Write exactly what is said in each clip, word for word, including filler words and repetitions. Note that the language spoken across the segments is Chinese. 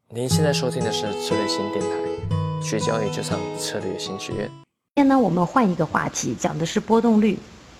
您现在收听的是策略新电台，学交易就上策略新学院。 今天呢，我们换一个话题，讲的是波动率。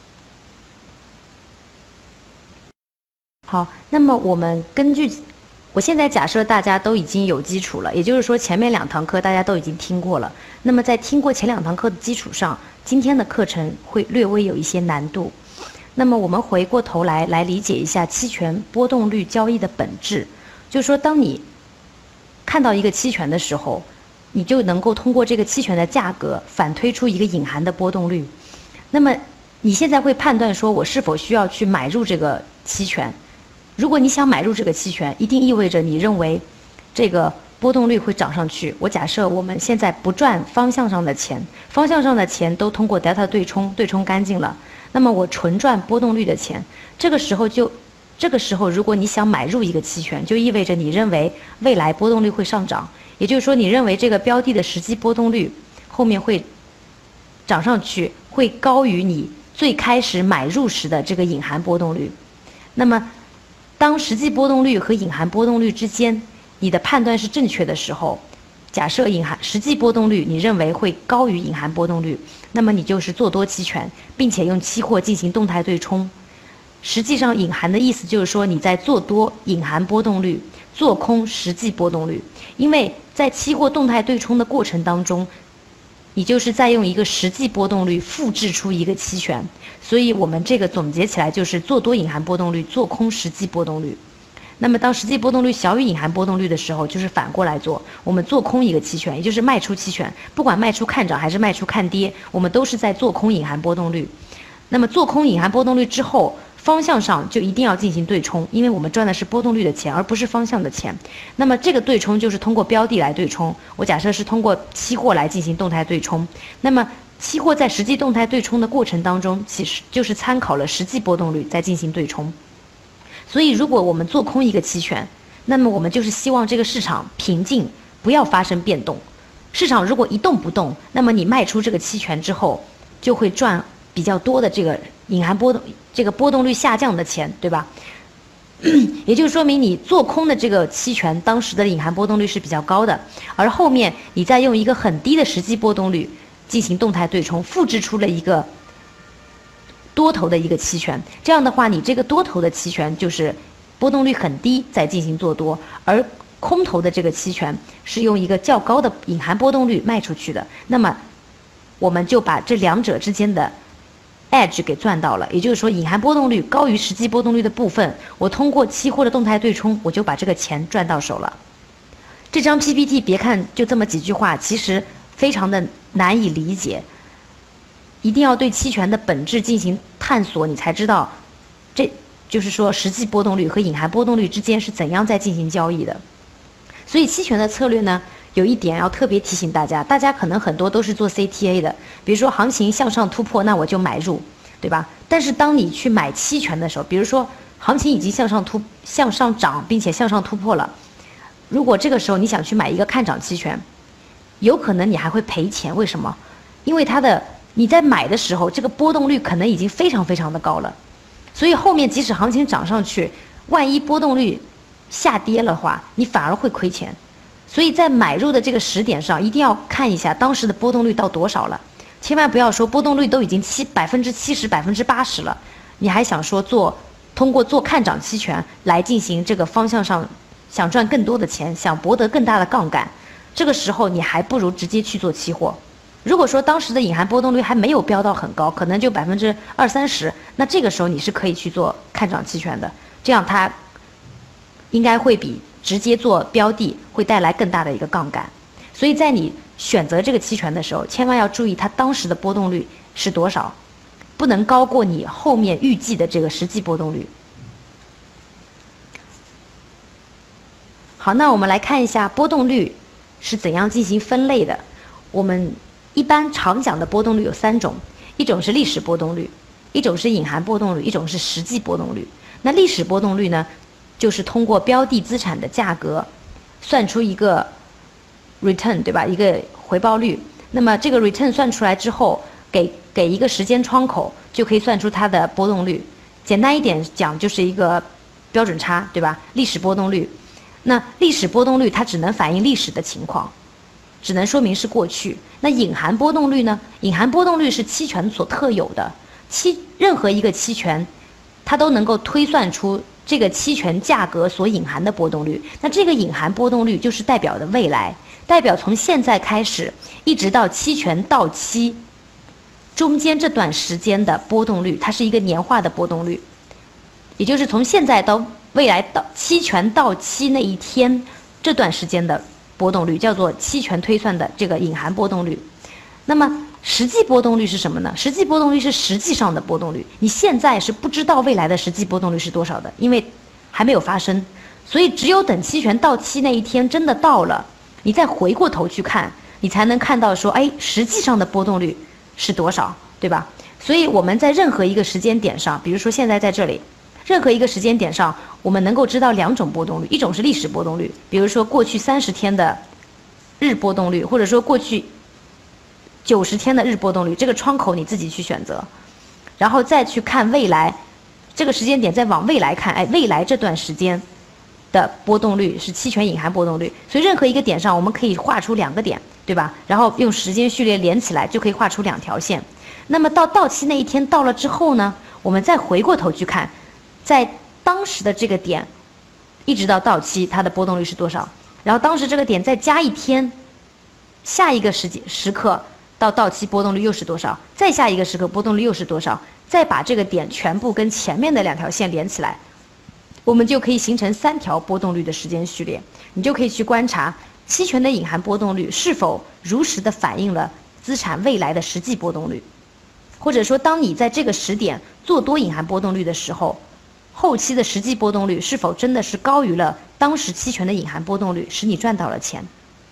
好，那么我们根据，我现在假设大家都已经有基础了，也就是说前面两堂课大家都已经听过了。那么在听过前两堂课的基础上，今天的课程会略微有一些难度。那么我们回过头来来理解一下期权波动率交易的本质，就是说当你看到一个期权的时候，你就能够通过这个期权的价格反推出一个隐含的波动率。那么你现在会判断说我是否需要去买入这个期权。如果你想买入这个期权，一定意味着你认为这个波动率会涨上去。我假设我们现在不赚方向上的钱，方向上的钱都通过 delta 对冲对冲干净了，那么我纯赚波动率的钱。这个时候就这个时候如果你想买入一个期权，就意味着你认为未来波动率会上涨，也就是说你认为这个标的的实际波动率后面会涨上去，会高于你最开始买入时的这个隐含波动率。那么当实际波动率和隐含波动率之间你的判断是正确的时候，假设隐含实际波动率你认为会高于隐含波动率，那么你就是做多期权，并且用期货进行动态对冲。实际上隐含的意思就是说你在做多隐含波动率，做空实际波动率。因为在期货动态对冲的过程当中，你就是在用一个实际波动率复制出一个期权，所以我们这个总结起来就是做多隐含波动率，做空实际波动率。那么当实际波动率小于隐含波动率的时候，就是反过来做，我们做空一个期权，也就是卖出期权，不管卖出看涨还是卖出看跌，我们都是在做空隐含波动率。那么做空隐含波动率之后，方向上就一定要进行对冲，因为我们赚的是波动率的钱，而不是方向的钱。那么这个对冲就是通过标的来对冲，我假设是通过期货来进行动态对冲。那么期货在实际动态对冲的过程当中，其实就是参考了实际波动率再进行对冲。所以如果我们做空一个期权，那么我们就是希望这个市场平静，不要发生变动。市场如果一动不动，那么你卖出这个期权之后，就会赚比较多的这个隐含波动这个波动率下降的钱，对吧？也就说明你做空的这个期权当时的隐含波动率是比较高的，而后面你再用一个很低的实际波动率进行动态对冲，复制出了一个多头的一个期权。这样的话，你这个多头的期权就是波动率很低再进行做多，而空头的这个期权是用一个较高的隐含波动率卖出去的。那么我们就把这两者之间的edge 给赚到了，也就是说隐含波动率高于实际波动率的部分，我通过期货的动态对冲，我就把这个钱赚到手了。这张 P P T 别看就这么几句话，其实非常的难以理解，一定要对期权的本质进行探索，你才知道这就是说实际波动率和隐含波动率之间是怎样在进行交易的。所以期权的策略呢，有一点要特别提醒大家，大家可能很多都是做 C T A 的，比如说行情向上突破，那我就买入，对吧？但是当你去买期权的时候，比如说行情已经向上突向上涨，并且向上突破了，如果这个时候你想去买一个看涨期权，有可能你还会赔钱。为什么？因为它的你在买的时候，这个波动率可能已经非常非常的高了，所以后面即使行情涨上去，万一波动率下跌的话，你反而会亏钱。所以在买入的这个时点上，一定要看一下当时的波动率到多少了，千万不要说波动率都已经七百分之七十、百分之八十了，你还想说做通过做看涨期权来进行这个方向上想赚更多的钱，想博得更大的杠杆，这个时候你还不如直接去做期货。如果说当时的隐含波动率还没有飙到很高，可能就百分之二三十，那这个时候你是可以去做看涨期权的，这样它应该会比直接做标的会带来更大的一个杠杆。所以在你选择这个期权的时候，千万要注意它当时的波动率是多少，不能高过你后面预计的这个实际波动率。好，那我们来看一下波动率是怎样进行分类的。我们一般常讲的波动率有三种，一种是历史波动率，一种是隐含波动率，一种是实际波动率。那历史波动率呢，就是通过标的资产的价格算出一个 return， 对吧？一个回报率。那么这个 return 算出来之后，给给一个时间窗口，就可以算出它的波动率。简单一点讲，就是一个标准差，对吧？历史波动率。 那历史波动率它只能反映历史的情况，只能说明是过去。那隐含波动率呢？隐含波动率是期权所特有的，期任何一个期权，它都能够推算出这个期权价格所隐含的波动率。那这个隐含波动率就是代表的未来，代表从现在开始一直到期权到期中间这段时间的波动率，它是一个年化的波动率，也就是从现在到未来到期权到期那一天这段时间的波动率，叫做期权推算的这个隐含波动率。那么实际波动率是什么呢？实际波动率是实际上的波动率，你现在是不知道未来的实际波动率是多少的，因为还没有发生，所以只有等期权到期那一天真的到了，你再回过头去看，你才能看到说，哎，实际上的波动率是多少，对吧？所以我们在任何一个时间点上，比如说现在在这里，任何一个时间点上，我们能够知道两种波动率，一种是历史波动率，比如说过去三十天的日波动率，或者说过去九十天的日波动率，这个窗口你自己去选择，然后再去看未来这个时间点，再往未来看，哎，未来这段时间的波动率是期权隐含波动率。所以任何一个点上，我们可以画出两个点，对吧？然后用时间序列连起来，就可以画出两条线。那么到到期那一天到了之后呢，我们再回过头去看，在当时的这个点一直到到期它的波动率是多少，然后当时这个点再加一天，下一个时间时刻到到期波动率又是多少，再下一个时刻波动率又是多少，再把这个点全部跟前面的两条线连起来，我们就可以形成三条波动率的时间序列。你就可以去观察期权的隐含波动率是否如实的反映了资产未来的实际波动率，或者说当你在这个时点做多隐含波动率的时候，后期的实际波动率是否真的是高于了当时期权的隐含波动率，使你赚到了钱。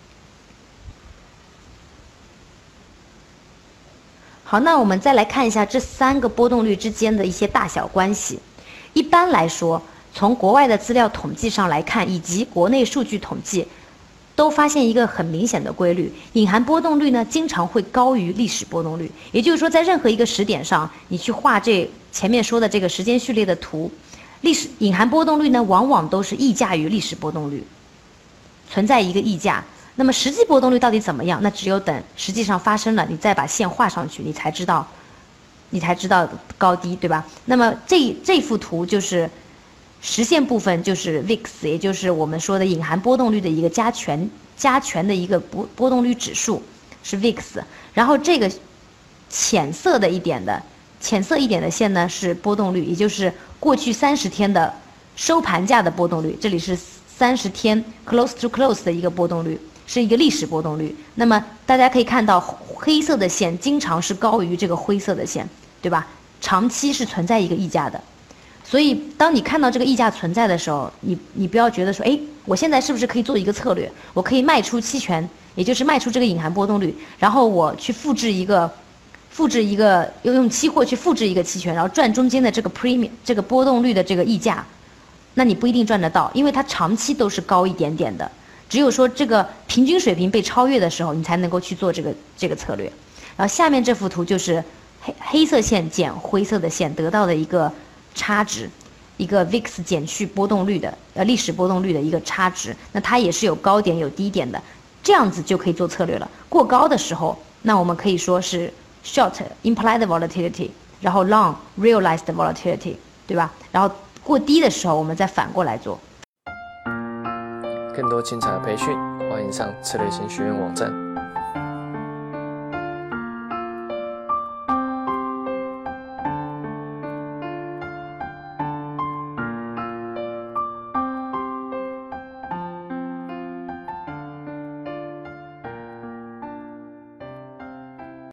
好，那我们再来看一下这三个波动率之间的一些大小关系。一般来说，从国外的资料统计上来看，以及国内数据统计，都发现一个很明显的规律：隐含波动率呢，经常会高于历史波动率。也就是说，在任何一个时点上，你去画这前面说的这个时间序列的图，历史隐含波动率呢，往往都是溢价于历史波动率，存在一个溢价。那么实际波动率到底怎么样？那只有等实际上发生了，你再把线画上去，你才知道，你才知道高低，对吧？那么这这幅图就是实线部分，就是 V I X， 也就是我们说的隐含波动率的一个加权加权的一个波波动率指数，是 V I X。然后这个浅色的一点的浅色一点的线呢是波动率，也就是过去三十天的收盘价的波动率。这里是三十天 close to close 的一个波动率，是一个历史波动率。那么大家可以看到，黑色的线经常是高于这个灰色的线，对吧？长期是存在一个溢价的。所以当你看到这个溢价存在的时候，你你不要觉得说，哎，我现在是不是可以做一个策略，我可以卖出期权，也就是卖出这个隐含波动率，然后我去复制一个复制一个用用期货去复制一个期权，然后赚中间的这个 premium 这个波动率的这个溢价。那你不一定赚得到，因为它长期都是高一点点的，只有说这个平均水平被超越的时候，你才能够去做这个这个策略。然后下面这幅图就是黑黑色线减灰色的线得到的一个差值，一个 V I X 减去波动率的呃历史波动率的一个差值，那它也是有高点有低点的，这样子就可以做策略了。过高的时候，那我们可以说是 short implied volatility， 然后 long realized volatility， 对吧？然后过低的时候，我们再反过来做。 更多精彩的培训，欢迎上策略型学院网站。